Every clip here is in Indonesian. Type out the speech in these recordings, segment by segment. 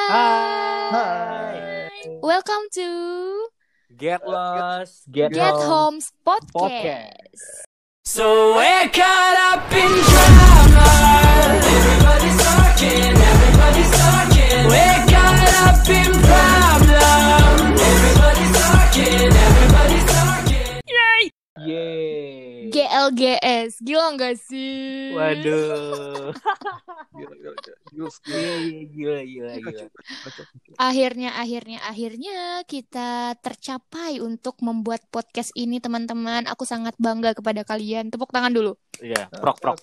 Hai. Welcome to Get Lost, Get Get Home Home's Podcast. So we're caught up in drama. Everybody's talking. We're caught up in problem. Everybody's talking. Yay. GLGS, gila gak sih? Waduh. Gila. Akhirnya kita tercapai untuk membuat podcast ini, teman-teman. Aku sangat bangga kepada kalian. Tepuk tangan dulu. Iya, prok. Prok.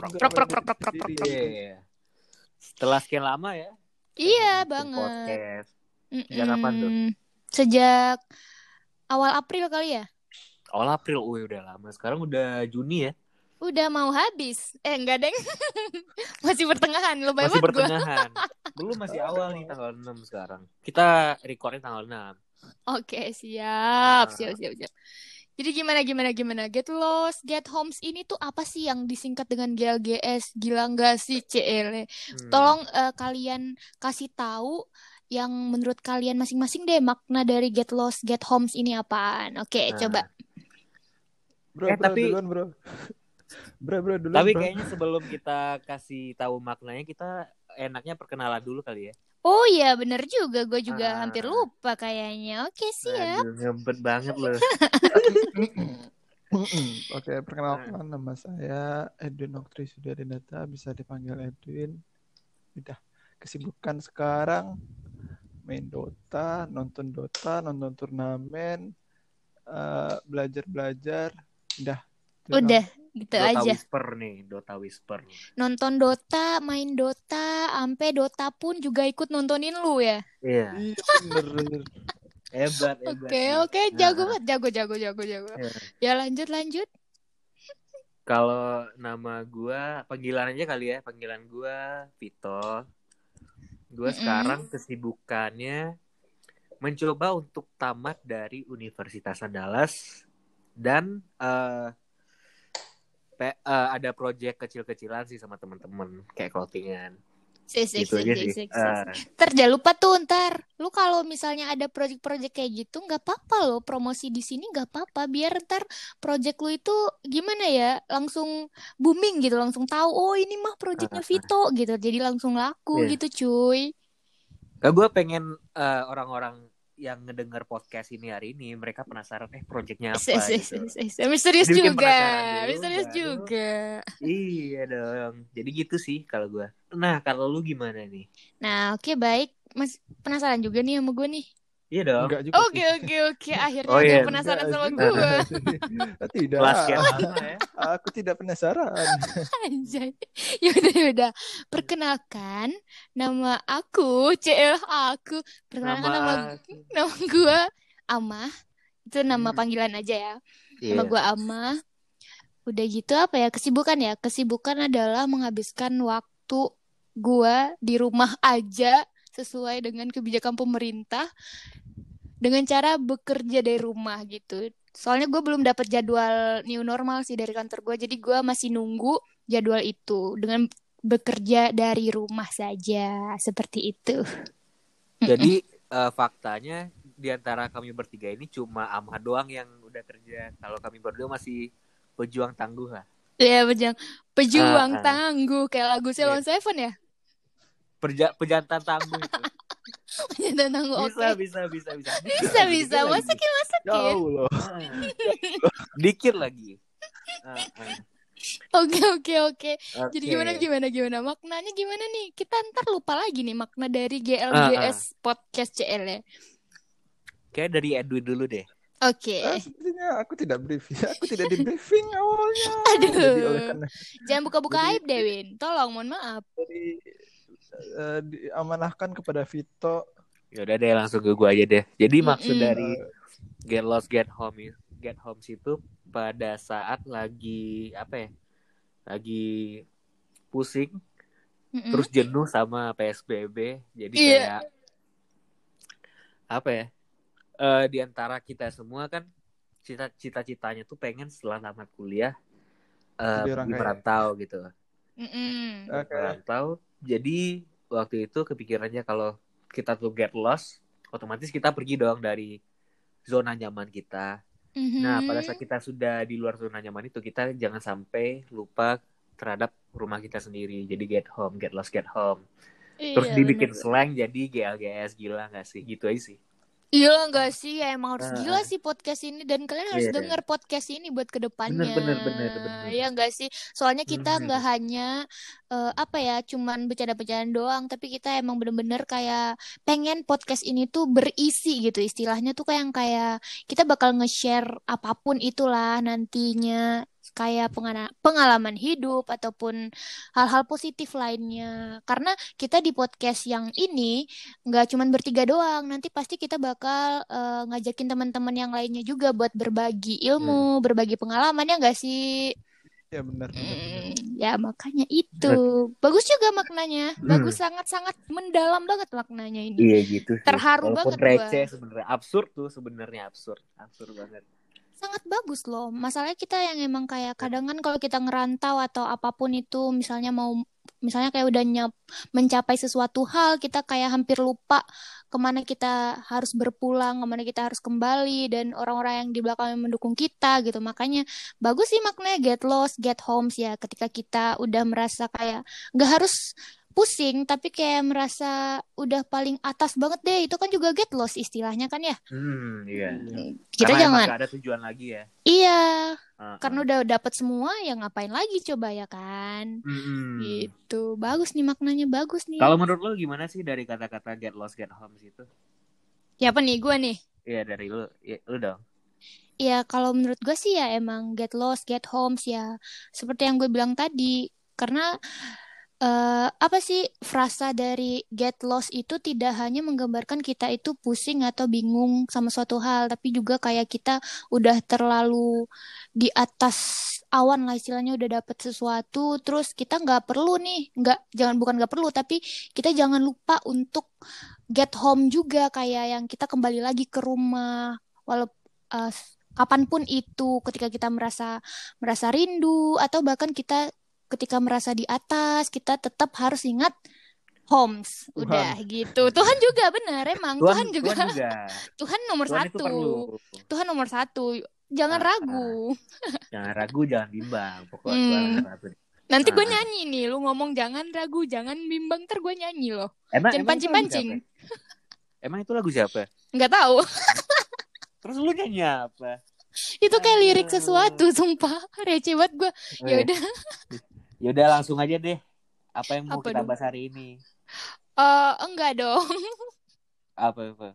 Iya. Setelah sekian lama ya. Iya bikin banget. Podcast. Sejak kapan tuh? Sejak awal April kali ya? Awal April, udah lama. Sekarang udah Juni ya. Udah mau habis. Enggak, Deng. Masih pertengahan. Lebay Masih banget pertengahan. Belum, masih awal nih, tanggal 6 sekarang. Kita recordnya tanggal 6. Oke, siap. Jadi gimana? Get Lost, Get Homes ini tuh apa sih yang disingkat dengan GLGS? Gila nggak sih, CL? Tolong kalian kasih tahu yang menurut kalian masing-masing deh makna dari Get Lost, Get Homes ini apaan? Oke, coba. Tapi duluan, bro. Bro, duluan. Tapi bro. kayaknya sebelum kita kasih tahu maknanya, kita enaknya perkenalan dulu kali ya. Oh iya, bener juga. Gue juga hampir lupa kayaknya. Oke, siap. Aduh, ngebet banget loh. Oke, perkenalkan nama saya Edwin Oktri Sudiadinata, bisa dipanggil Edwin. Udah kesibukan sekarang main Dota, nonton turnamen, belajar. Udah gitu Dota aja. Dota Whisper. Nonton Dota, main Dota, sampai Dota pun juga ikut nontonin lu ya. Iya. Bener. Hebat. Oke, jago banget, jago. Ya lanjut. Kalau nama gue, panggilan aja kali ya. Panggilan gue Vito. Gue sekarang kesibukannya mencoba untuk tamat dari Universitas Andalas. Dan ada proyek kecil-kecilan sih sama teman-teman, kayak clothingan. Sik. Jangan lupa tuh ntar. Lu kalau misalnya ada proyek-proyek kayak gitu, nggak apa-apa loh promosi di sini, nggak apa-apa. Biar ntar proyek lu itu gimana ya, langsung booming gitu, langsung tahu. Oh ini mah proyeknya Vito gitu. Jadi langsung laku gitu, cuy. Gue pengen orang-orang yang ngedengar podcast ini hari ini, mereka penasaran proyeknya apa gitu. Misterius Jadi juga. Iya dong. Jadi gitu sih kalau gue. Nah, kalau lu gimana nih? Nah, oke, baik. Mas penasaran juga nih sama gue nih. Iya dong. Oke. Akhirnya ada yang penasaran sama gue. Tidak. Aku tidak penasaran. Anjay. Yaudah. Perkenalkan, nama aku, aku. Perkenalkan nama gue Amah. Itu nama panggilan aja ya. Nama gue Amah. Udah gitu apa ya? Kesibukan adalah menghabiskan waktu gue di rumah aja sesuai dengan kebijakan pemerintah dengan cara bekerja dari rumah gitu. Soalnya gue belum dapat jadwal new normal sih dari kantor gue, jadi gue masih nunggu jadwal itu dengan bekerja dari rumah saja, seperti itu. Jadi faktanya di antara kami bertiga ini cuma Amah doang yang udah kerja. Kalau kami berdua masih pejuang tangguh lah. Iya, pejuang tangguh kayak lagu Ceylon Seven ya. Pejantan tangguh itu. Pejantan tangguh. Bisa. Masakin. Jauh loh. Dikit lagi. Oke. Jadi gimana? Maknanya gimana nih? Kita ntar lupa lagi nih makna dari GLGS Podcast CL ya. Kayak dari Edwin dulu deh. Oke. Sepertinya aku tidak briefing. Aku tidak di briefing awalnya. Aduh. Jadi oleh karena jangan buka-buka aib, Dewin. Tolong, mohon maaf. Jadi diamanahkan kepada Vito. Ya udah deh, langsung ke gue aja deh. Jadi maksud dari Get Lost, Get Home itu pada saat lagi lagi pusing, terus jenuh sama PSBB. Jadi kayak di antara kita semua kan cita-citanya tuh pengen setelah tamat kuliah pergi merantau gitu. Merantau. Jadi waktu itu kepikirannya kalau kita tuh get lost, otomatis kita pergi dong dari zona nyaman kita. Nah, pada saat kita sudah di luar zona nyaman itu, kita jangan sampai lupa terhadap rumah kita sendiri. Jadi get home, get lost, get home. Terus Iya, dibikin bener. slang jadi GLGS, gila gak sih? Gitu aja sih. Iya enggak sih, ya emang harus gila Ah, sih podcast ini, dan kalian harus Iya, denger podcast ini buat bener kedepannya. bener bener bener. Ya enggak sih, soalnya kita enggak Mhm. hanya apa ya, cuman bercanda-bercandaan doang, tapi kita emang bener-bener kayak pengen podcast ini tuh berisi gitu, istilahnya tuh kayak kita bakal nge-share apapun itulah nantinya, kayak pengalaman hidup ataupun hal-hal positif lainnya. Karena kita di podcast yang ini nggak cuman bertiga doang, nanti pasti kita bakal ngajakin teman-teman yang lainnya juga buat berbagi Hmm. ilmu, berbagi pengalaman, ya nggak sih? Ya benar. Ya makanya itu bagus juga maknanya, bagus, Hmm. sangat-sangat mendalam banget maknanya ini. Iya gitu sih. Terharu Walaupun banget gua. receh sebenarnya, absurd tuh sebenarnya, absurd banget. Sangat bagus loh. Masalahnya kita yang emang kayak kadang kan kalau kita ngerantau atau apapun itu, misalnya kayak udah mencapai sesuatu hal, kita kayak hampir lupa kemana kita harus berpulang, kemana kita harus kembali, dan orang-orang yang di belakang yang mendukung kita gitu. Makanya bagus sih maknanya get lost, get homes ya. Ketika kita udah merasa kayak nggak harus pusing, tapi kayak merasa udah paling atas banget deh, itu kan juga get lost istilahnya kan ya. Iya. Kita Karena emang jangan, gak ada tujuan lagi ya. iya, Uh-uh. karena udah dapet semua, ya ngapain lagi coba ya kan? Gitu. Bagus nih maknanya, bagus nih. Kalau menurut lo gimana sih dari kata-kata get lost, get homes itu? Ya apa nih, gue nih? Iya dari lo, ya, lo dong. Ya kalau menurut gue sih ya emang get lost, get homes ya. Seperti yang gue bilang tadi. Karena apa sih frasa dari get lost itu tidak hanya menggambarkan kita itu pusing atau bingung sama suatu hal, tapi juga kayak kita udah terlalu di atas awan lah istilahnya, udah dapet sesuatu, terus kita nggak perlu nih, bukan nggak perlu, tapi kita jangan lupa untuk get home juga, kayak yang kita kembali lagi ke rumah, walaupun kapanpun itu, ketika kita merasa rindu atau bahkan kita ketika merasa di atas, kita tetap harus ingat homes. Tuhan. Udah gitu. Tuhan juga benar emang. Tuhan juga. Tuhan nomor Tuhan satu. itu perlu. Tuhan nomor satu. Jangan ragu. Jangan ragu, jangan bimbang. Pokoknya Tuhan nomor satu. Nanti gue nyanyi nih. Lu ngomong jangan ragu, jangan bimbang. Ntar gue nyanyi loh. Jangan pancing-pancing. Emang itu lagu siapa? Nggak tahu. Terus lu nyanyi apa? Itu kayak lirik sesuatu, sumpah. Receh banget gue. Yaudah. Yaudah langsung aja deh. Apa yang mau kita bahas hari ini? Enggak dong. Apa?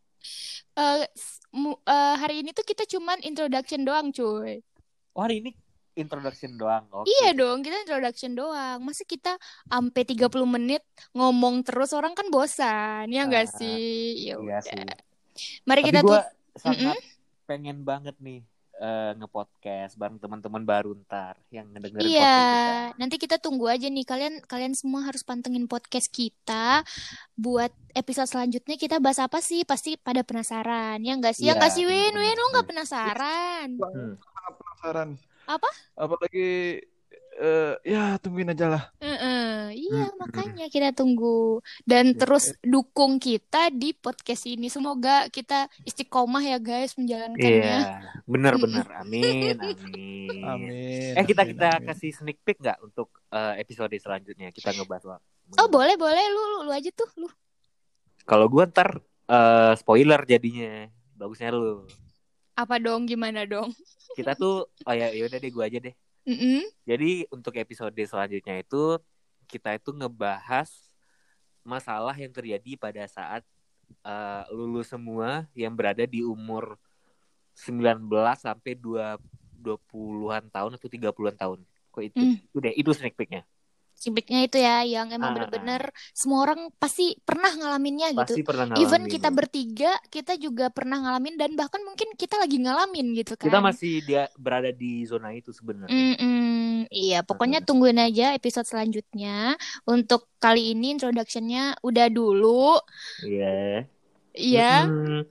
Hari ini tuh kita cuman introduction doang, cuy. Oh, hari ini introduction doang. Okay. Iya dong, kita introduction doang. Masa kita sampai 30 menit ngomong terus, orang kan bosan. Ya enggak sih? Ya iya udah. sih. Mari tapi kita gue sangat pengen banget nih nge-podcast bareng teman-teman baru ntar yang ngedengerin podcast kita. Iya, nanti kita tunggu aja nih, kalian semua harus pantengin podcast kita. Buat episode selanjutnya kita bahas apa sih? Pasti pada penasaran. Ya enggak sih? Ya enggak sih, Win? Lu enggak penasaran? Sangat penasaran. Apa? Apalagi ya tungguin aja lah. Iya, makanya kita tunggu. Dan terus dukung kita di podcast ini. Semoga kita istiqomah ya guys menjalankannya. Iya, benar-benar. Amin. Kita kasih sneak peek nggak untuk episode selanjutnya? Kita ngebahas apa? Oh boleh. Lu aja tuh lu. Kalau gue ntar spoiler jadinya. Bagusnya lu. Apa dong? Gimana dong? Kita tuh, ya udah deh, gue aja deh. Jadi untuk episode selanjutnya itu kita itu ngebahas masalah yang terjadi pada saat lulus semua yang berada di umur 19 sampai 20-an tahun atau 30-an tahun. Kok itu sneak peek-nya. Sibuknya itu ya, yang emang benar-benar semua orang pasti pernah ngalaminnya pasti gitu. Pernah ngalamin. Even kita bertiga, kita juga pernah ngalamin, dan bahkan mungkin kita lagi ngalamin gitu kan. Kita masih berada di zona itu sebenarnya. Iya, pokoknya tungguin aja episode selanjutnya. Untuk kali ini introduction-nya udah dulu. Iya. Iya.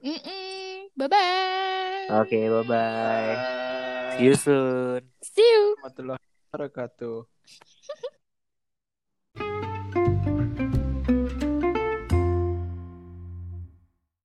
Bye-bye. Oke, bye-bye. See you soon. See you. Warahmatullahi wabarakatuh.